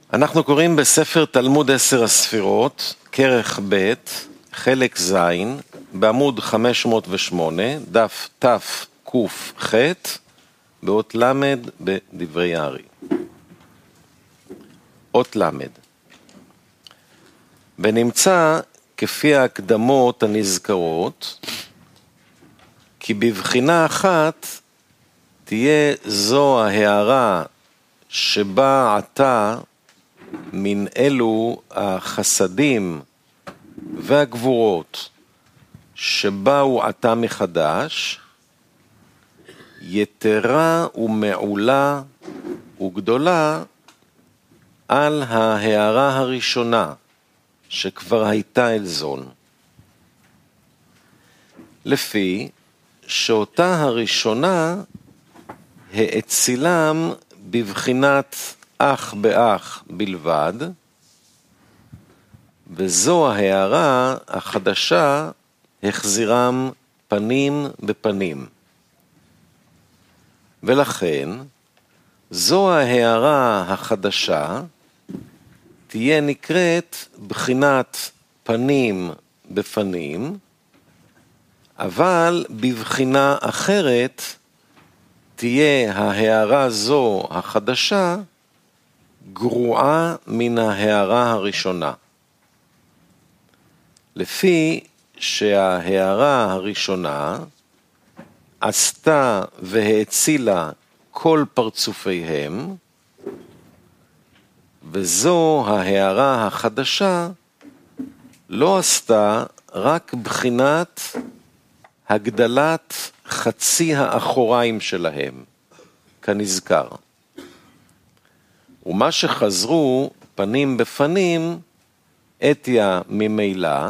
אנחנו קוראים בספר תלמוד 10 הספירות, כרך ב', חלק ז', בעמוד 508, דף תק"ח, באות למד בדברי הארי. אות למד. ונמצא כפי ההקדמות הנזכרות, כי בבחינה אחת תהיה זו ההערה שבה עתה מן אלו החסדים והגבורות שבאו עתה מחדש, יתרה ומעולה וגדולה על ההערה הראשונה שכבר הייתה אל זון. לפי שאותה הראשונה האצילם בבחינת אח באח בלבד, וזו ההערה החדשה החזירם פנים בפנים. ולכן זו ההערה החדשה תהיה נקראת בחינת פנים בפנים, אבל בבחינה אחרת תהיה ההערה זו החדשה גרועה מן ההערה הראשונה. לפי שההערה הראשונה עשתה והאצילה כל פרצופיהם, וזו ההערה החדשה לא עשתה רק בחינת הגדלת חצי האחוריים שלהם, כנזכר. ומה שחזרו פנים בפנים, אתיה ממילא,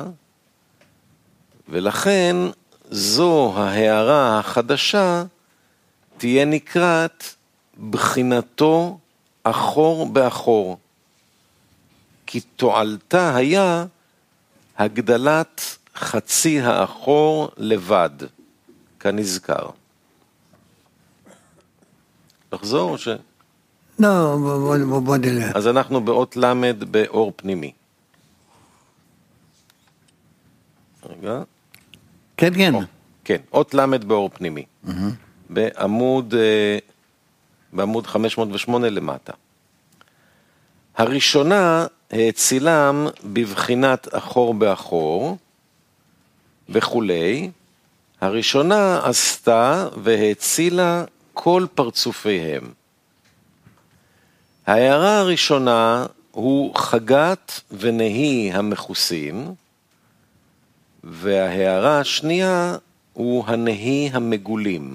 ולכן זו ההערה החדשה תהיה נקראת בחינתו אחור באחור, כי תועלתה היה הגדלת חצי האחור לבד, כנזכר. לחזור או ש... לא, בוא נלך. אז אנחנו באות למד באור פנימי. רגע. כן, כן. כן, אות למד באור פנימי. בעמוד 508 למטה. הראשונה האצילם בבחינת אחור באחור וכולי. הראשונה עשתה והאצילה כל פרצופיהם. ההערה הראשונה הוא חגת ונהי המכוסים, וההערה השנייה הוא הנהי המגולים.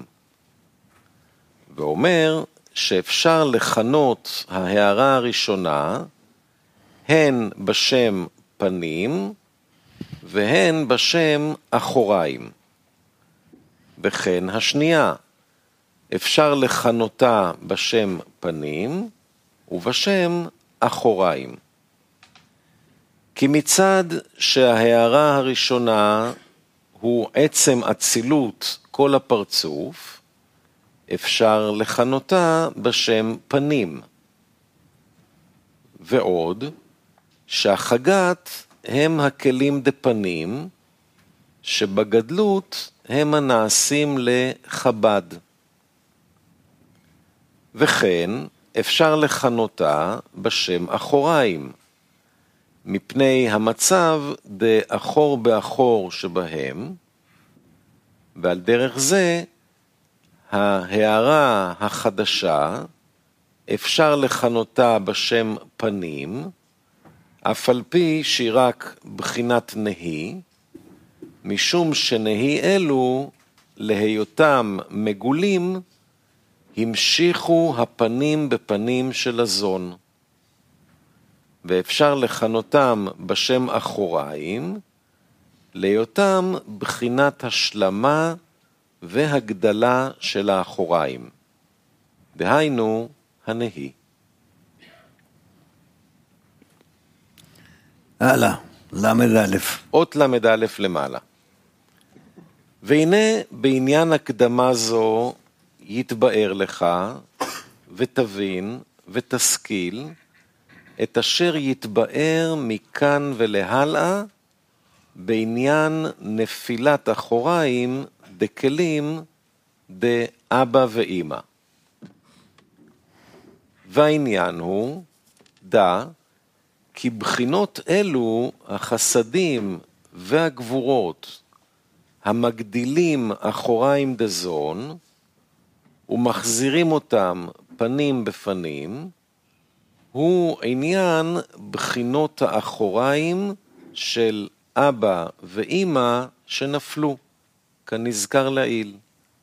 ואומר שאפשר לכנות ההערה הראשונה הן בשם פנים והן בשם אחוריים. וכן השנייה, אפשר לכנותה בשם פנים ובשם אחוריים. כי מצד שההערה הראשונה הוא עצם אצילות כל הפרצוף, אפשר לכנותה בשם פנים. ועוד שהחגת הם הכלים דפנים, שבגדלות הם הנעשים לחב"ד. וכן אפשר לכנותה בשם אחוריים, מפני המצב דאחור באחור שבהם, ועל דרך זה ההערה החדשה אפשר לכנותה בשם פנים, אף על פי שהיא רק בחינת נהי, משום שנהי אלו להיותם מגולים המשיכו הפנים בפנים של הזון. ואפשר לכנותם בשם אחוריים, להיותם בחינת השלמה והגדלה של האחוריים. דהיינו הנהי. הלאה, למד א'. אות למד א' למעלה. והנה בעניין הקדמה זו יתבאר לך ותבין ותשכיל את אשר יתבאר מכאן ולהלאה בעניין נפילת אחוריים דקלים דאבא ואמא. והעניין הוא, דע, כי בחינות אלו החסדים והגבורות המגדילים אחוריים דזון ומחזירים אותם פנים בפנים, הוא עניין בחינות האחוריים של אבא ואמא שנפלו, כנזכר לעיל.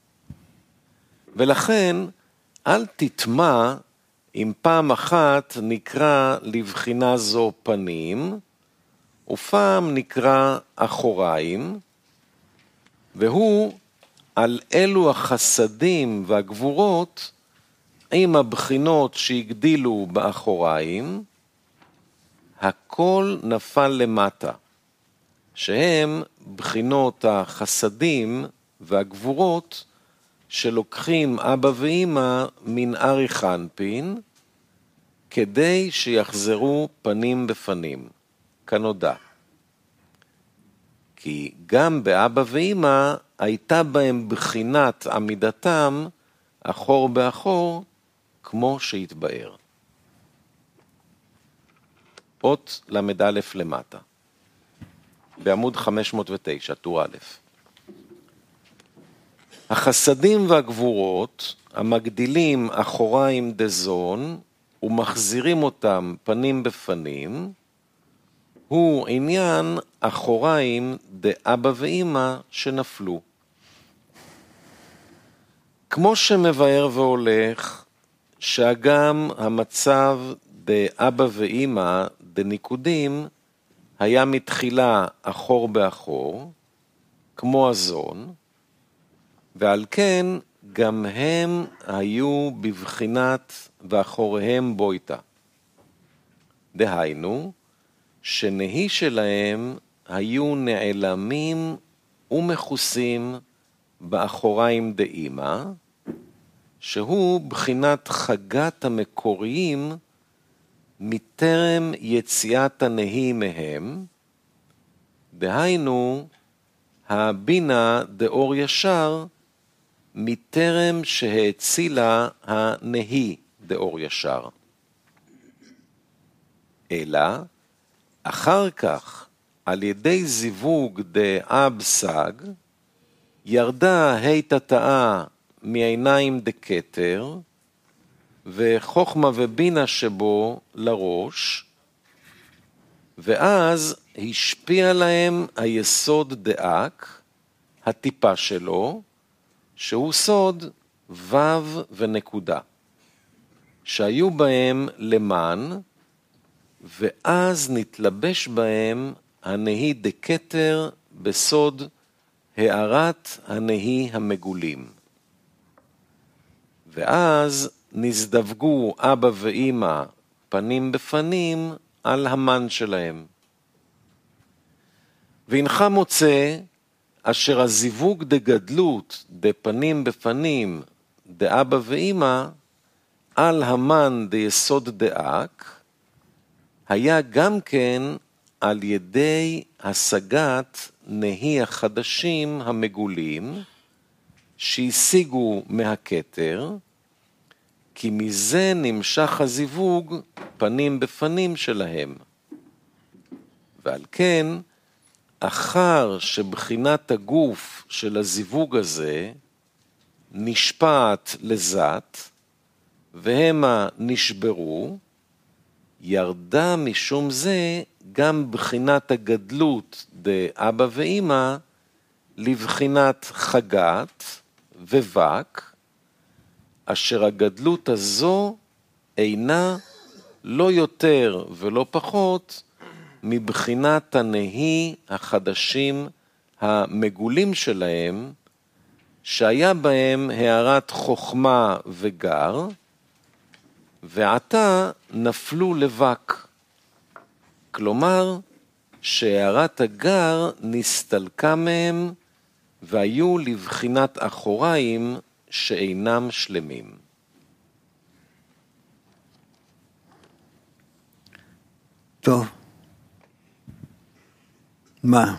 ולכן אל תטמע אם פעם אחת נקרא לבחינה זו פנים, ופעם נקרא אחוריים, והוא על אלו החסדים והגבורות עם הבחינות שהגדילו באחוריים, הכל נפל למטה, שהם בחינות החסדים והגבורות שלוקחים אבא ואמא מן ארי חנפין, כדי שיחזרו פנים בפנים, כנודע. כי גם באבא ואמא הייתה בהם בחינת עמידתם אחור באחור, כמו שהתבאר. אות למד א' למטה, בעמוד 509, טור א'. החסדים והגבורות המגדילים אחוריים דזון ומחזירים אותם פנים בפנים, הוא עניין אחוריים דאבא ואמא שנפלו. כמו שמבאר והולך, שהגם המצב דאבא ואמא דניקודים היה מתחילה אחור באחור, כמו הזון, ועל כן גם הם היו בבחינת ואחוריהם בויתה. דהיינו, שנהי שלהם היו נעלמים ומחוסים באחוריים דאמא, שהוא בחינת חגת המקוריים מטרם יציאת הנהי מהם, דהיינו הבינה דאור ישר מטרם שהצילה הנהי דאור ישר. אלא אחר כך על ידי זיווג דאב סג ירדה היתתאה מעיניים דקטר וחוכמה ובינה שבו לראש, ואז השפיע להם היסוד דאק, הטיפה שלו, שהוא סוד ו' ונקודה, שהיו בהם למען, ואז נתלבש בהם הנהי דקטר בסוד הערת הנהי המגולים. ואז נזדווגו אבא ואמא פנים בפנים על המן שלהם. והנך מוצא אשר הזיווג דגדלות דפנים בפנים דאבא ואמא על המן דיסוד דאק, היה גם כן על ידי השגת נהי החדשים המגולים שהשיגו מהכתר, כי מזה נמשך הזיווג פנים בפנים שלהם. ועל כן, אחר שבחינת הגוף של הזיווג הזה נשפעת לזת, והמה נשברו, ירדה משום זה גם בחינת הגדלות דאבא ואמא לבחינת חגת וווק, אשר הגדלות הזו אינה לא יותר ולא פחות מבחינת הנהי החדשים המגולים שלהם, שהיה בהם הערת חוכמה וגר, ועתה נפלו לבק. כלומר, שהערת הגר נסתלקה מהם, והיו לבחינת אחוריים שאינם שלמים. טוב. מה?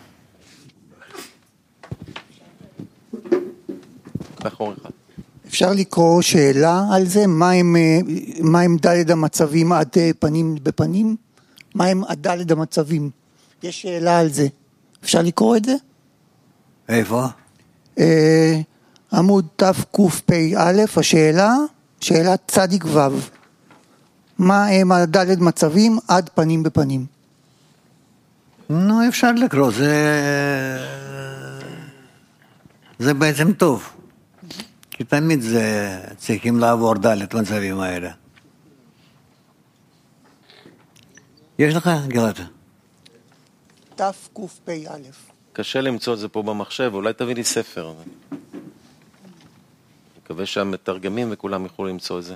מאחוריך. אפשר לקרוא שאלה על זה? מה הם ד' המצבים עד פנים בפנים? מה הם ד' המצבים? יש שאלה על זה. אפשר לקרוא את זה? איפה? עמוד תקפ"א, השאלה, שאלה צדיק ו'. מה הם הד' מצבים עד פנים בפנים? נו, אפשר לקרוא, זה בעצם טוב. כי תמיד צריכים לעבור ד' מצבים האלה. יש לך, גלעד? תקפ"א. קשה למצוא את זה פה במחשב, אולי תביא לי ספר. מקווה שהמתרגמים וכולם יוכלו למצוא את זה.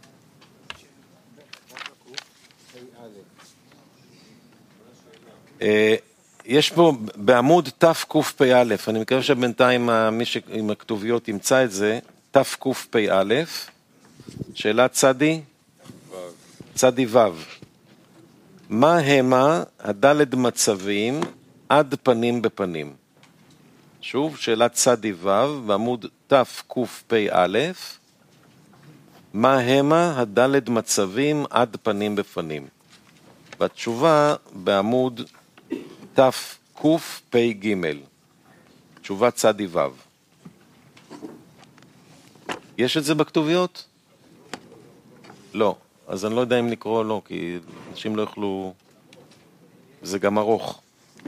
יש פה בעמוד תקפ"א, אני מקווה שבינתיים מי עם הכתוביות ימצא את זה, תקפ"א, שאלה צדי ו'. מה המה הד' מצבים עד פנים בפנים? שוב, שאלה צדי ו' בעמוד תקפ"א, מה המה הד' מצבים עד פנים בפנים? והתשובה בעמוד תקפ"ג, תשובה צדי ו'. יש את זה בכתוביות? לא. אז אני לא יודע אם לקרוא או לא, כי אנשים לא יוכלו, זה גם ארוך.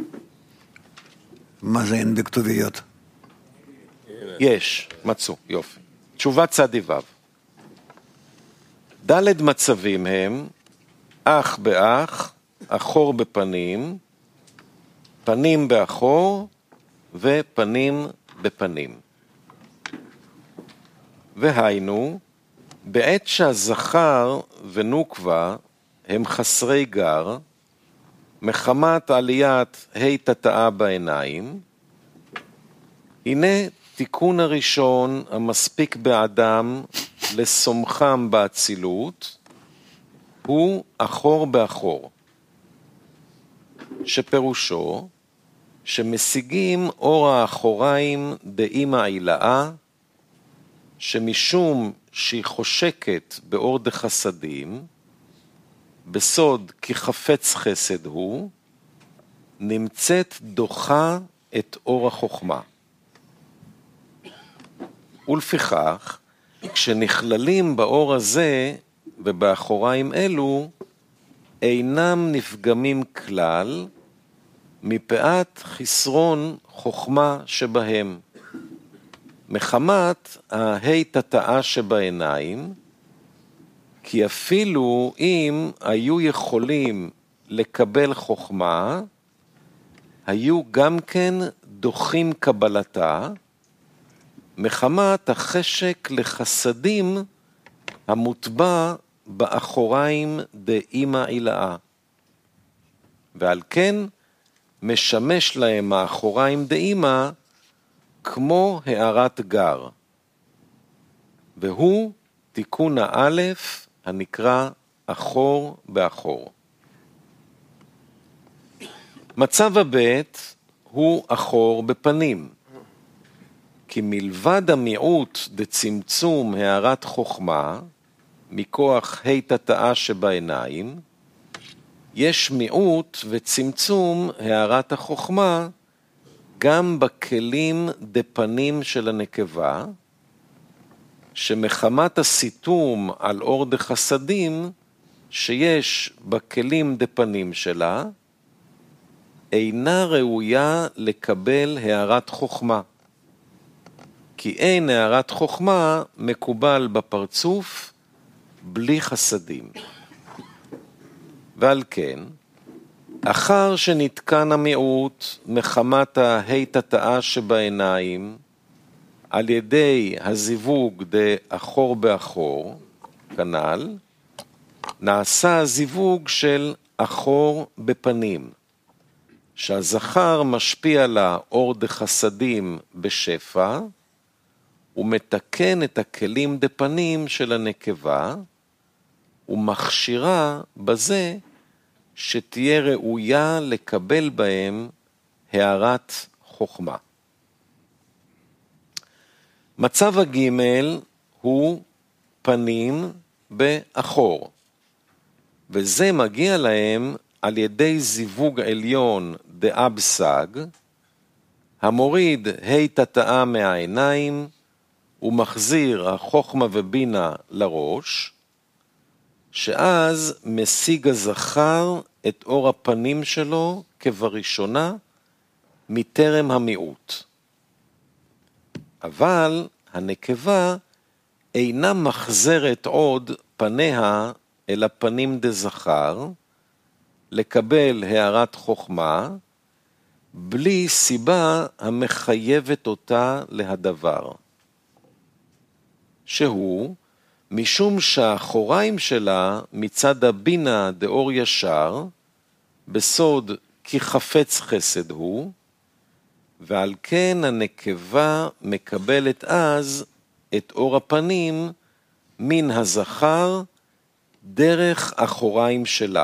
מה זה אין בכתוביות? יש, מצאו, יופי. תשובה צדי ו'. ד' מצבים הם אח באח, אחור בפנים, פנים באחור ופנים בפנים. והיינו, בעת שהזכר ונוקבה הם חסרי גר, מחמת עליית תתאה בעיניים, הנה תיקון הראשון המספיק באדם לסומכם באצילות, הוא אחור באחור, שפירושו שמשיגים אור האחוריים דאמא עילאה, שמשום שהיא חושקת באור דחסדים, בסוד כי חפץ חסד הוא, נמצאת דוחה את אור החוכמה. ולפיכך, כשנכללים באור הזה ובאחוריים אלו, אינם נפגמים כלל מפאת חסרון חוכמה שבהם. מחמת תתאה שבעיניים, כי אפילו אם היו יכולים לקבל חוכמה, היו גם כן דוחים קבלתה, מחמת החשק לחסדים המוטבע באחוריים דאמא עילאה. ועל כן משמש להם האחוריים דאמא כמו הערת גר. והוא תיקון האלף הנקרא אחור באחור. מצב הבית הוא אחור בפנים. כי מלבד המיעוט דצמצום הערת חוכמה, מכוח תתאה שבעיניים, יש מיעוט וצמצום הערת החוכמה גם בכלים דפנים של הנקבה, שמחמת הסיתום על אור דחסדים שיש בכלים דפנים שלה, אינה ראויה לקבל הערת חוכמה. כי אין הערת חוכמה מקובל בפרצוף בלי חסדים. ועל כן, אחר שנתקן המיעוט מחמת תתאה שבעיניים, על ידי הזיווג דאחור באחור, כנ"ל, נעשה הזיווג של אחור בפנים, שהזכר משפיע לה אור דחסדים בשפע, ומתקן את הכלים דפנים של הנקבה, ומכשירה בזה שתהיה ראויה לקבל בהם הערת חוכמה. מצב הגימל הוא פנים באחור, וזה מגיע להם על ידי זיווג עליון דאבסג, המוריד תתאה מהעיניים ומחזיר החוכמה ובינה לראש, שאז משיג הזכר את אור הפנים שלו כבראשונה מטרם המיעוט. אבל הנקבה אינה מחזרת עוד פניה אל הפנים דזכר, לקבל הערת חוכמה, בלי סיבה המחייבת אותה להדבר. שהוא, משום שהאחוריים שלה מצד הבינה דאור ישר, בסוד כי חפץ חסד הוא, ועל כן הנקבה מקבלת אז את אור הפנים מן הזכר דרך אחוריים שלה,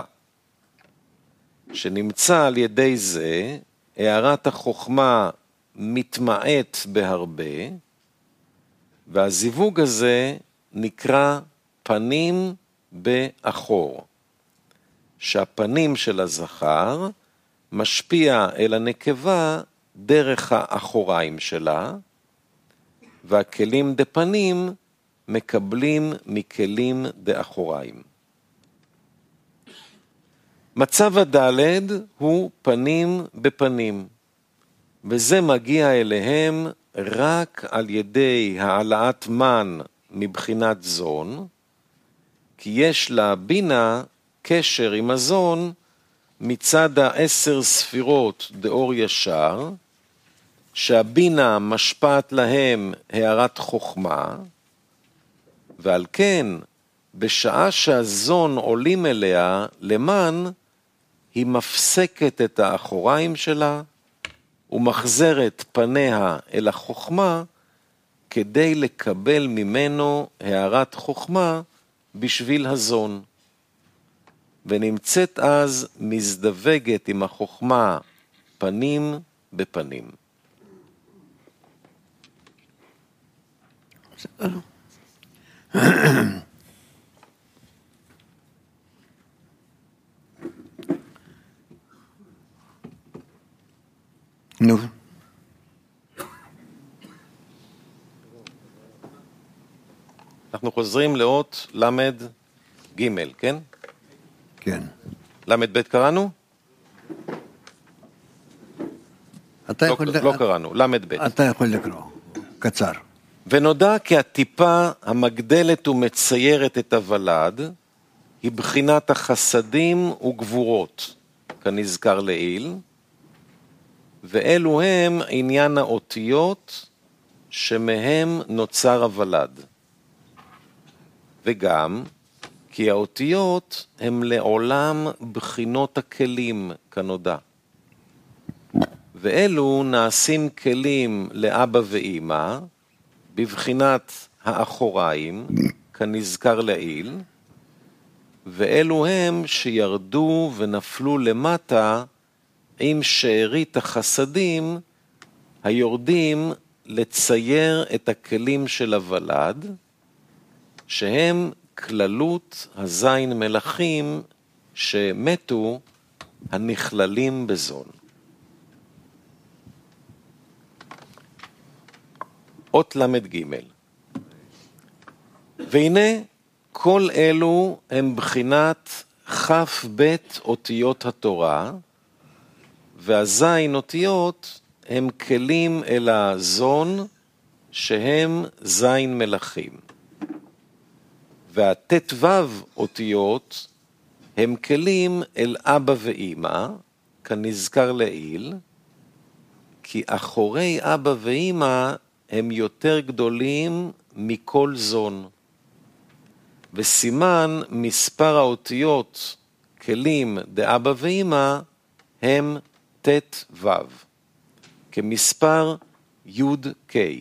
שנמצא על ידי זה הערת החוכמה מתמעט בהרבה, והזיווג הזה נקרא פנים באחור, שהפנים של הזכר משפיע אל הנקבה דרך האחוריים שלה, והכלים דפנים מקבלים מכלים דאחוריים. מצב הדלת הוא פנים בפנים, וזה מגיע אליהם רק על ידי העלאת מן מבחינת זון, כי יש לבינה קשר עם הזון מצד 10 ספירות דאור ישר, שהבינה משפעת להם הערת חוכמה, ועל כן בשעה שהזון עולים אליה למן, היא מפסקת את האחוריים שלה ומחזרת פניה אל החוכמה כדי לקבל ממנו הערת חוכמה בשביל הזון. ונמצאת אז מזדווגת עם החוכמה פנים בפנים. נו. אנחנו חוזרים לאות למד ג', כן? כן. למד ב' קראנו? לא קראנו, למד ב'. אתה יכול לקרוא, קצר. ונודע כי הטיפה המגדלת ומציירת את הוולד, היא בחינת החסדים וגבורות, כנזכר לעיל, ואלו הם עניין האותיות שמהם נוצר הוולד. וגם כי האותיות הם לעולם בחינות הכלים כנודע. ואלו נעשים כלים לאבא ואמא, בבחינת האחוריים, כנזכר לעיל, ואלו הם שירדו ונפלו למטה עם שארית החסדים היורדים לצייר את הכלים של הוולד, שהם כללות הזין מלאכים שמתו הנכללים בזון. אות למד ג' והנה כל אלו הם בחינת כף בית אותיות התורה, והזין אותיות הם כלים אל הזון שהם זין מלאכים. והתת וו אותיות הם כלים אל אבא ואמא, כנזכר לעיל, כי אחורי אבא ואמא הם יותר גדולים מכל זון. וסימן מספר האותיות כלים דאבא ואמא הם תת וו, כמספר יוד קי.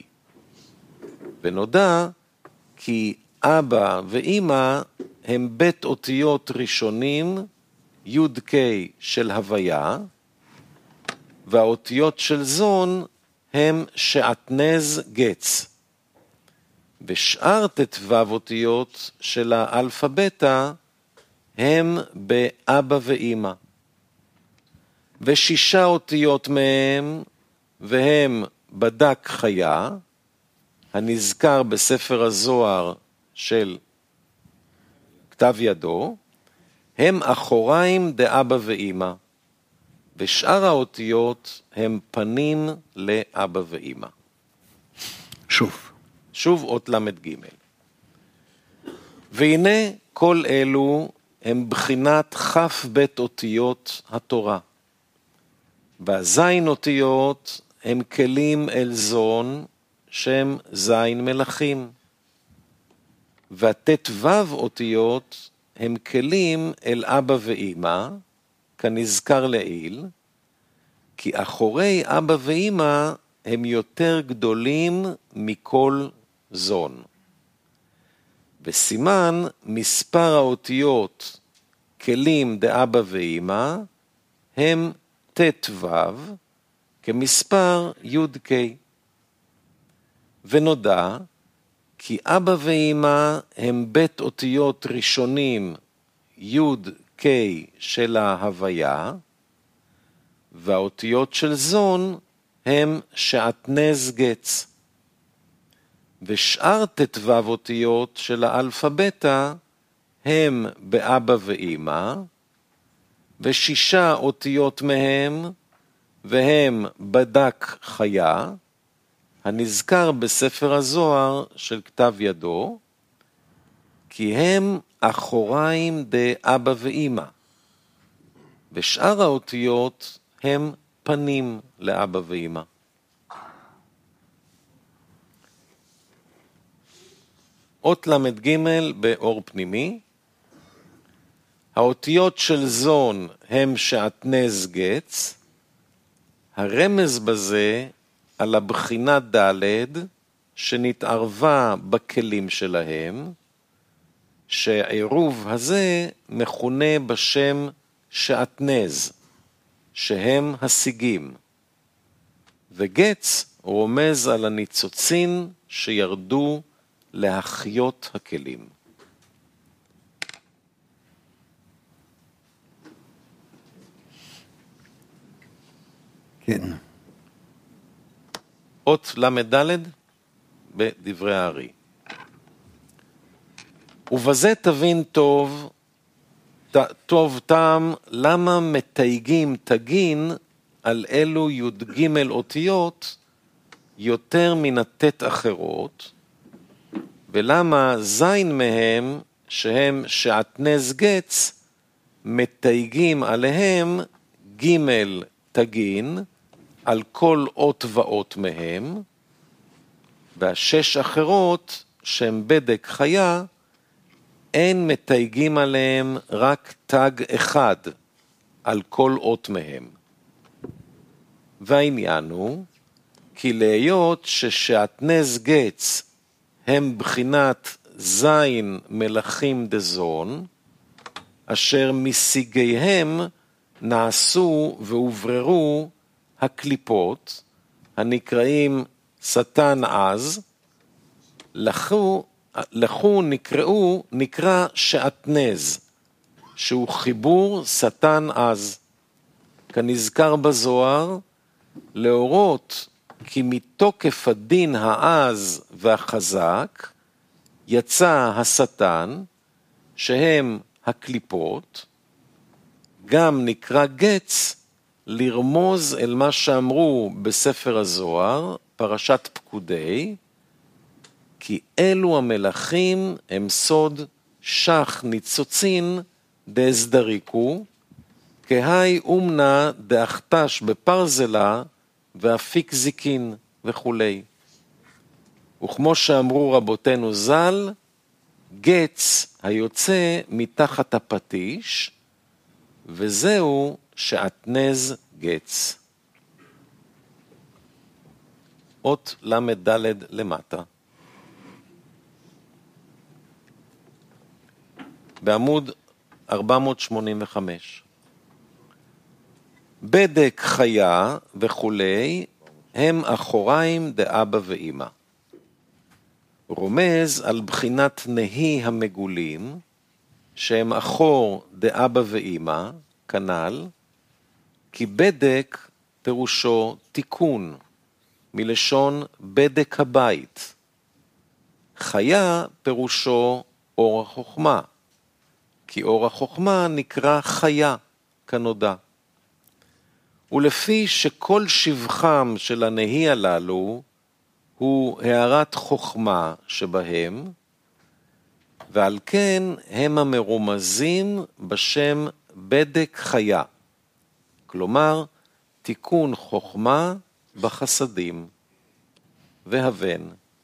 ונודע כי אבא ואמא הם בית אותיות ראשונים י' ק' של הוויה, והאותיות של זון הם שעטנז גץ. ושאר ט"ו אותיות של האלפא בטא הם באבא ואמא. ושישה אותיות מהם, והם בדק חיה, הנזכר בספר הזוהר של כתב ידו, הם אחוריים דאבא ואמא, ושאר האותיות הם פנים לאבא ואמא. שוב אות למד ג'. והנה כל אלו הם בחינת כף בית אותיות התורה. והזין אותיות הם כלים אל זון שם זין מלכים. והט"ו אותיות הם כלים אל אבא ואמא, כנזכר לעיל, כי אחורי אבא ואמא הם יותר גדולים מכל זון. וסימן מספר האותיות כלים דאבא ואמא הם ט"ו כמספר י' ק'. ונודע כי אבא ואמא הם בית אותיות ראשונים י' ק' של ההוויה, והאותיות של זון הם שעטנז גץ. ושאר ט"ו אותיות של האלפא בטא הם באבא ואמא, ושישה אותיות מהם, והם בדק חיה, הנזכר בספר הזוהר של כתב ידו, כי הם אחוריים דאבא ואמא, ושאר האותיות הם פנים לאבא ואמא. אות למד ג' באור פנימי, האותיות של זון הם שעטנז גץ, הרמז בזה על הבחינה ד' שנתערבה בכלים שלהם, שהעירוב הזה מכונה בשם שעטנז, שהם השיגים, וגץ רומז על הניצוצין שירדו להחיות הכלים. כן. אות למד ד' בדברי הארי. ובזה תבין טוב טעם למה מתייגים תגין על אלו י' ג' אותיות יותר מן הט' אחרות, ולמה זין מהם שהם שעטנז גץ מתייגים עליהם ג' תגין על כל אות ואות מהם, והשש אחרות שהם בדק חיה אין מתייגים עליהם רק תג אחד על כל אות מהם. והעניין הוא כי להיות ששעטנז גץ הם בחינת זין מלכים דזון, אשר משיגיהם נעשו והובררו הקליפות הנקראים שטן עז, לכו נקרא שעטנז, שהוא חיבור שטן עז, כנזכר בזוהר, להורות כי מתוקף הדין העז והחזק יצא השטן, שהם הקליפות, גם נקרא גץ, לרמוז אל מה שאמרו בספר הזוהר, פרשת פקודי, כי אלו המלכים הם סוד שח ניצוצין דאזדריקו, כהי אומנה דאחתש בפרזלה ואפיק זיקין וכו'. וכמו שאמרו רבותינו ז"ל, גץ היוצא מתחת הפטיש, וזהו שעטנז גץ. אות למד ד' למטה. בעמוד 485. בדק חיה וכולי, הם אחוריים דאבא ואמא. רומז על בחינת נהי המגולים, שהם אחור דאבא ואמא, כנ"ל, כי בדק פירושו תיקון, מלשון בדק הבית. חיה פירושו אור החוכמה, כי אור החוכמה נקרא חיה, כנודע. ולפי שכל שבחם של הנהי הללו הוא הערת חוכמה שבהם, ועל כן הם המרומזים בשם בדק חיה, כלומר תיקון חוכמה בחסדים והבן.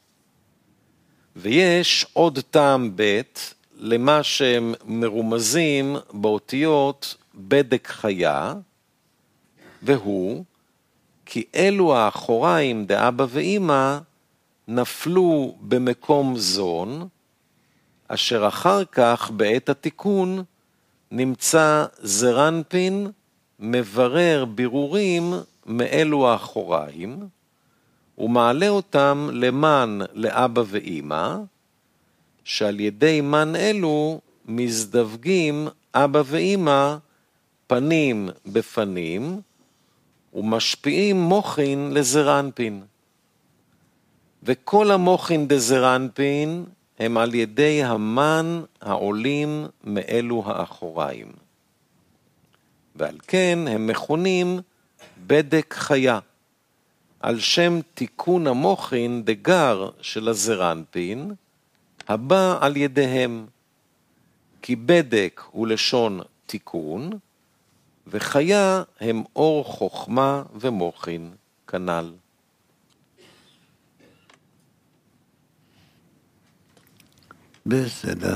ויש עוד טעם בית למה שהם מרומזים באותיות בדק חיה, והוא כי אלו האחוריים דאבא ואמא נפלו במקום זון, אשר אחר כך בעת התיקון נמצא זרנפין מברר בירורים מאלו האחוריים, ומעלה אותם למן לאבא ואמא, שעל ידי מן אלו מזדווגים אבא ואמא פנים בפנים, ומשפיעים מוחין לזרנפין. וכל המוחין דזרנפין הם על ידי המן העולים מאלו האחוריים. ועל כן הם מכונים בדק חיה, על שם תיקון המוחין דגר של הזרנפין, הבא על ידיהם. כי בדק הוא לשון תיקון, וחיה הם אור חוכמה ומוחין, כנ"ל. בסדר.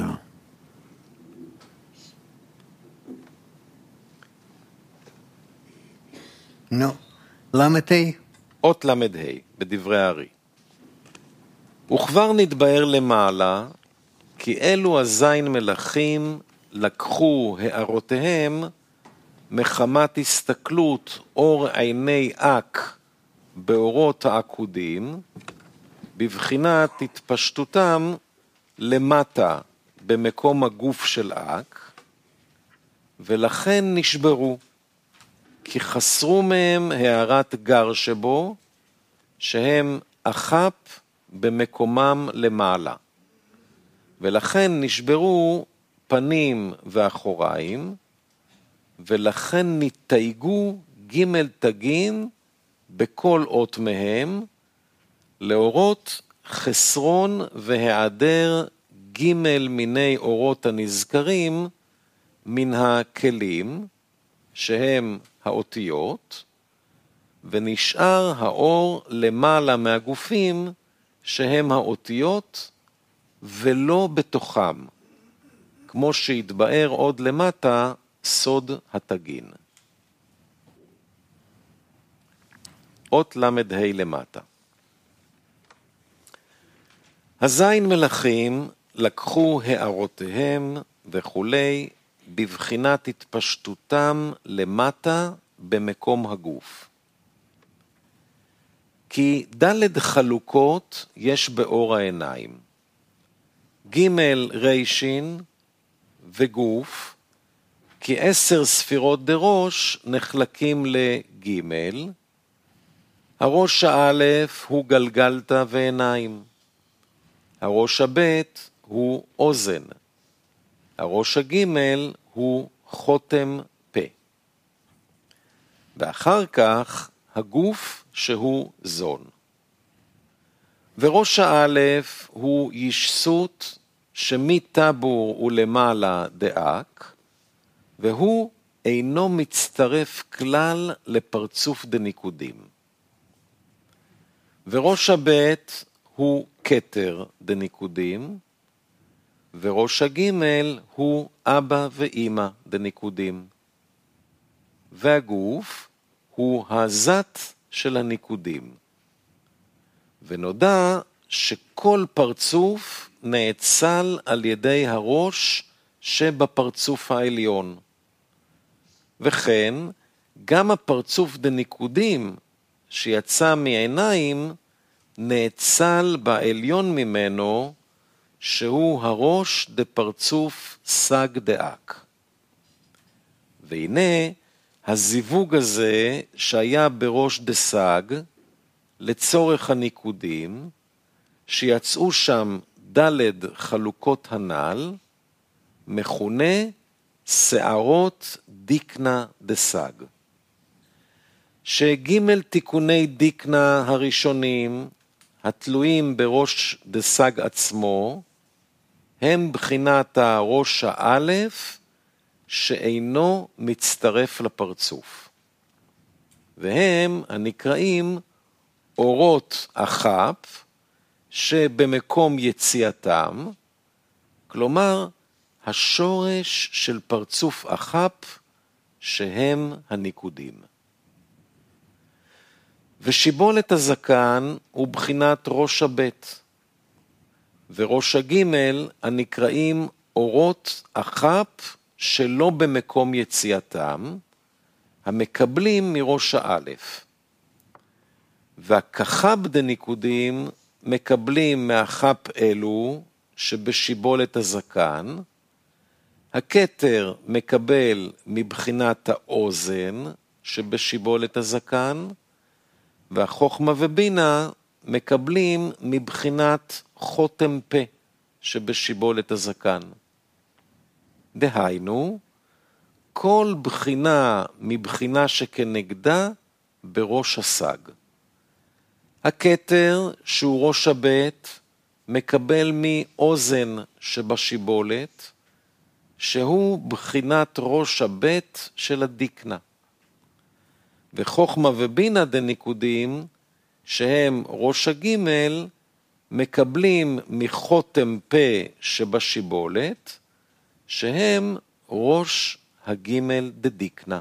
נו, למתי? אות למד ה' בדברי הארי. וכבר נתבאר למעלה, כי אלו הזין מלכים לקחו הערותיהם מחמת הסתכלות אור עיני אק באורות העקודים, בבחינת התפשטותם למטה במקום הגוף של אק, ולכן נשברו, כי חסרו מהם הערת גר שבו, שהם אחפ במקומם למעלה. ולכן נשברו פנים ואחוריים, ולכן נתייגו ג' תגים בכל אות מהם, לאורות חסרון והיעדר ג' מיני אורות הנזכרים מן הכלים, שהם האותיות, ונשאר האור למעלה מהגופים, שהם האותיות, ולא בתוכם, כמו שהתבאר עוד למטה סוד התגין. אות למד ה' למטה. הזין מלכים לקחו הערותיהם וכולי, בבחינת התפשטותם למטה במקום הגוף. כי ד' חלוקות יש באור העיניים. ג' ריישין וגוף, כי 10 ספירות דראש נחלקים לג', הראש האלף הוא גלגלתא ועיניים, הראש הבית הוא אוזן, הראש הגימל הוא חותם פה. ואחר כך הגוף שהוא זון. וראש האלף הוא ישסות שמטבור ולמעלה דאק, והוא אינו מצטרף כלל לפרצוף דניקודים. וראש הבית הוא כתר דניקודים, וראש הגימל הוא אבא ואמא דניקודים. והגוף הוא הזת של הניקודים. ונודע שכל פרצוף נאצל על ידי הראש שבפרצוף העליון. וכן, גם הפרצוף דניקודים שיצא מעיניים נאצל בעליון ממנו, שהוא הראש דפרצוף סג דאק. והנה הזיווג הזה שהיה בראש דסג לצורך הניקודים, שיצאו שם ד' חלוקות הנ"ל, מכונה שערות דיקנה דסג. שג' תיקוני דיקנה הראשונים, התלויים בראש דסג עצמו, הם בחינת הראש האלף, שאינו מצטרף לפרצוף. והם הנקראים אורות החפ, שבמקום יציאתם, כלומר, השורש של פרצוף החפ, שהם הניקודים. ושיבולת הזקן הוא בחינת ראש הבית, וראש הגימל הנקראים אורות החפ שלא במקום יציאתם, המקבלים מראש האלף. והכחב דניקודים מקבלים מהחפ אלו שבשיבולת הזקן, הכתר מקבל מבחינת האוזן שבשיבולת הזקן, והחוכמה ובינה מקבלים מבחינת חותם פה שבשיבולת הזקן. דהיינו, כל בחינה מבחינה שכנגדה בראש הסג. הכתר שהוא ראש הבית מקבל מאוזן שבשיבולת, שהוא בחינת ראש הבית של הדיקנה. וחוכמה ובינה דניקודים, שהם ראש הגימל, מקבלים מחותם פה שבשיבולת, שהם ראש הגימל דדיקנה.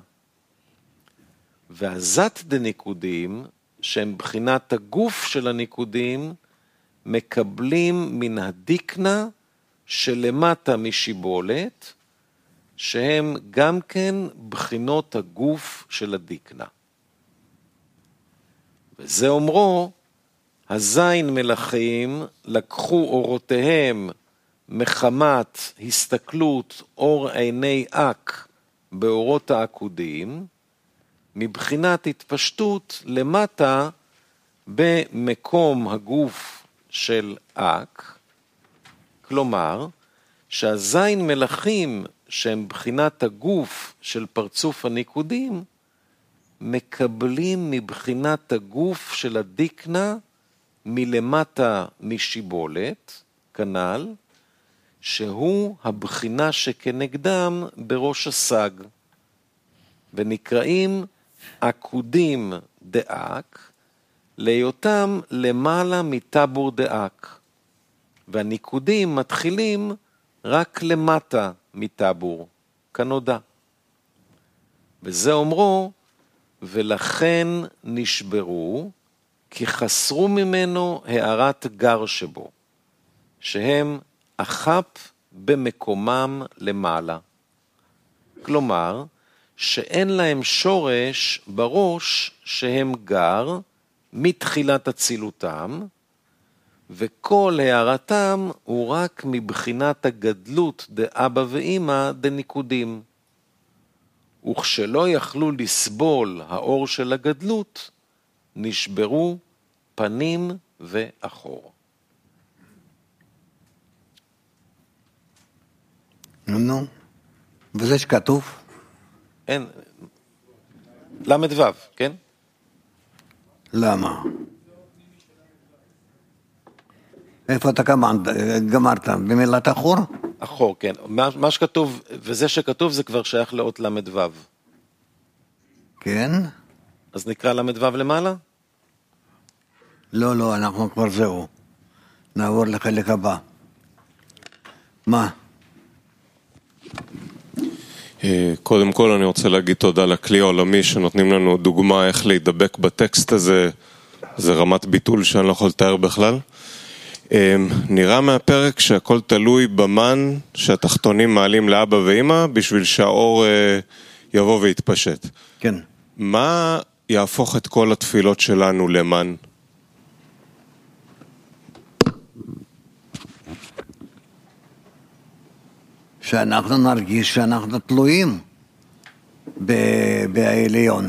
והזת דניקודים, שהם בחינת הגוף של הניקודים, מקבלים מן הדיקנה שלמטה משיבולת, שהם גם כן בחינות הגוף של הדיקנה. וזה אומרו, הזין מלאכים לקחו אורותיהם מחמת הסתכלות אור עיני אק באורות העקודים, מבחינת התפשטות למטה במקום הגוף של אק, כלומר שהזין מלאכים שהם בחינת הגוף של פרצוף הניקודים, מקבלים מבחינת הגוף של הדיקנה מלמטה משיבולת, כנ"ל, שהוא הבחינה שכנגדם בראש הסג, ונקראים עקודים דאק, להיותם למעלה מטבור דאק, והניקודים מתחילים רק למטה מטבור, כנודע. וזה אומרו, ולכן נשברו, כי חסרו ממנו הערת גר שבו, שהם החפ במקומם למעלה. כלומר, שאין להם שורש בראש שהם גר מתחילת הצילותם, וכל הערתם הוא רק מבחינת הגדלות דאבא ואמא דניקודים. וכשלא יכלו לסבול האור של הגדלות, נשברו פנים ואחור. נו, וזה שכתוב? אין, למד וו, כן? למה? איפה אתה גמרת? במילת אחור? אחור, כן. מה שכתוב, וזה שכתוב זה כבר שייך לאות למד וו. כן? אז נקרא למד וו למעלה? לא, אנחנו כבר זהו. נעבור לחלק הבא. מה? קודם כל אני רוצה להגיד תודה לכלי העולמי שנותנים לנו דוגמה איך להידבק בטקסט הזה. זה רמת ביטול שאני לא יכול לתאר בכלל. נראה מהפרק שהכל תלוי במן שהתחתונים מעלים לאבא ואמא בשביל שהאור יבוא ויתפשט. כן. מה יהפוך את כל התפילות שלנו למן? שאנחנו נרגיש שאנחנו תלויים בעליון.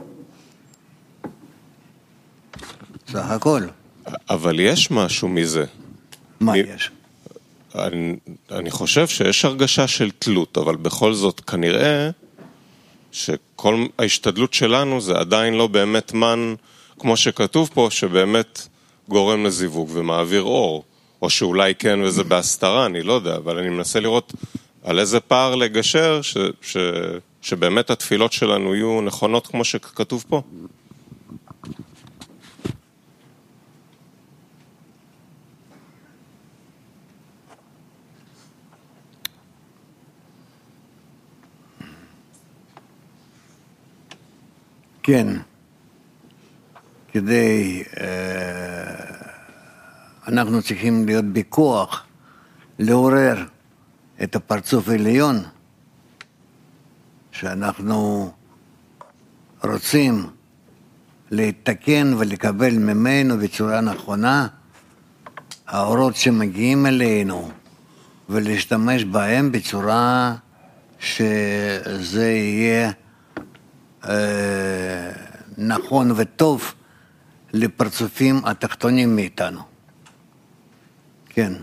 סך הכל. אבל יש משהו מזה. מה יש? אני חושב שיש הרגשה של תלות, אבל בכל זאת כנראה שכל ההשתדלות שלנו זה עדיין לא באמת מן, כמו שכתוב פה, שבאמת גורם לזיווג ומעביר אור, או שאולי כן וזה בהסתרה, אני לא יודע, אבל אני מנסה לראות על איזה פער לגשר שבאמת התפילות שלנו יהיו נכונות כמו שכתוב פה. כן, כדי, אנחנו צריכים להיות בכוח, לעורר את הפרצוף העליון, שאנחנו רוצים להתקן ולקבל ממנו בצורה נכונה, האורות שמגיעים אלינו, ולהשתמש בהם בצורה שזה יהיה נכון וטוב לפרצופים התחתונים מאיתנו. כן.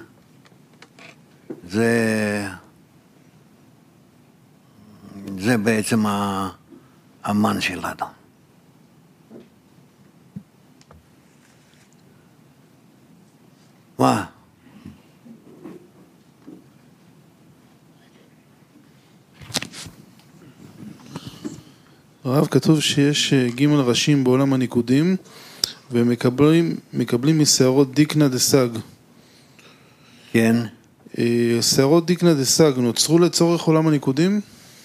זה בעצם המן שלנו. מה? הרב, כתוב שיש ג' ראשים בעולם הניקודים ומקבלים משערות דיקנא דסג. כן. שערות דיקנא דסג נוצרו לצורך עולם הניקודים?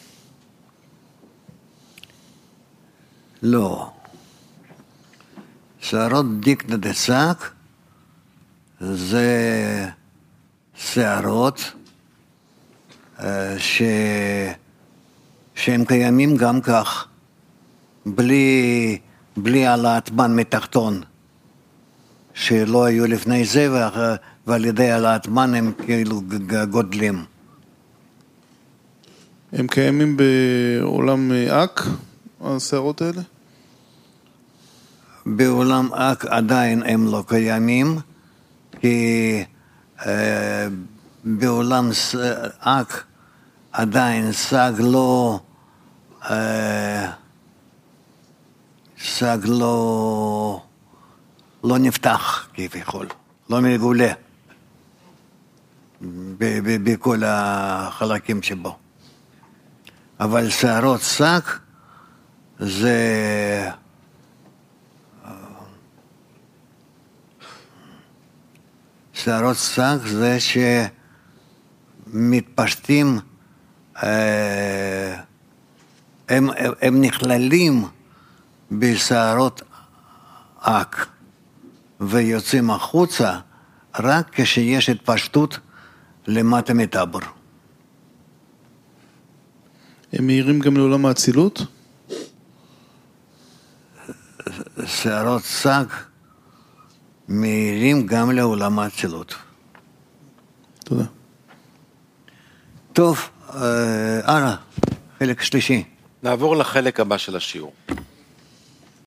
לא. שערות דיקנא דסג זה שערות שהם קיימים גם כך, בלי העלאת מן מתחתון, שלא היו לפני זה, ועל ידי העלאת מן הם כאילו גודלים. הם קיימים בעולם אק, השערות האלה? בעולם אק עדיין הם לא קיימים, כי בעולם אק עדיין סג לא נפתח כביכול, לא מגולה בכל החלקים שבו. אבל שערות סג זה שערות סג זה שמתפשטים, הם נכללים בשערות אק ויוצאים החוצה רק כשיש התפשטות למטה מטבור. הם מהירים גם לעולם האצילות? שערות סג מהירים גם לעולם האצילות. תודה. טוב, הלאה, חלק שלישי. נעבור לחלק הבא של השיעור.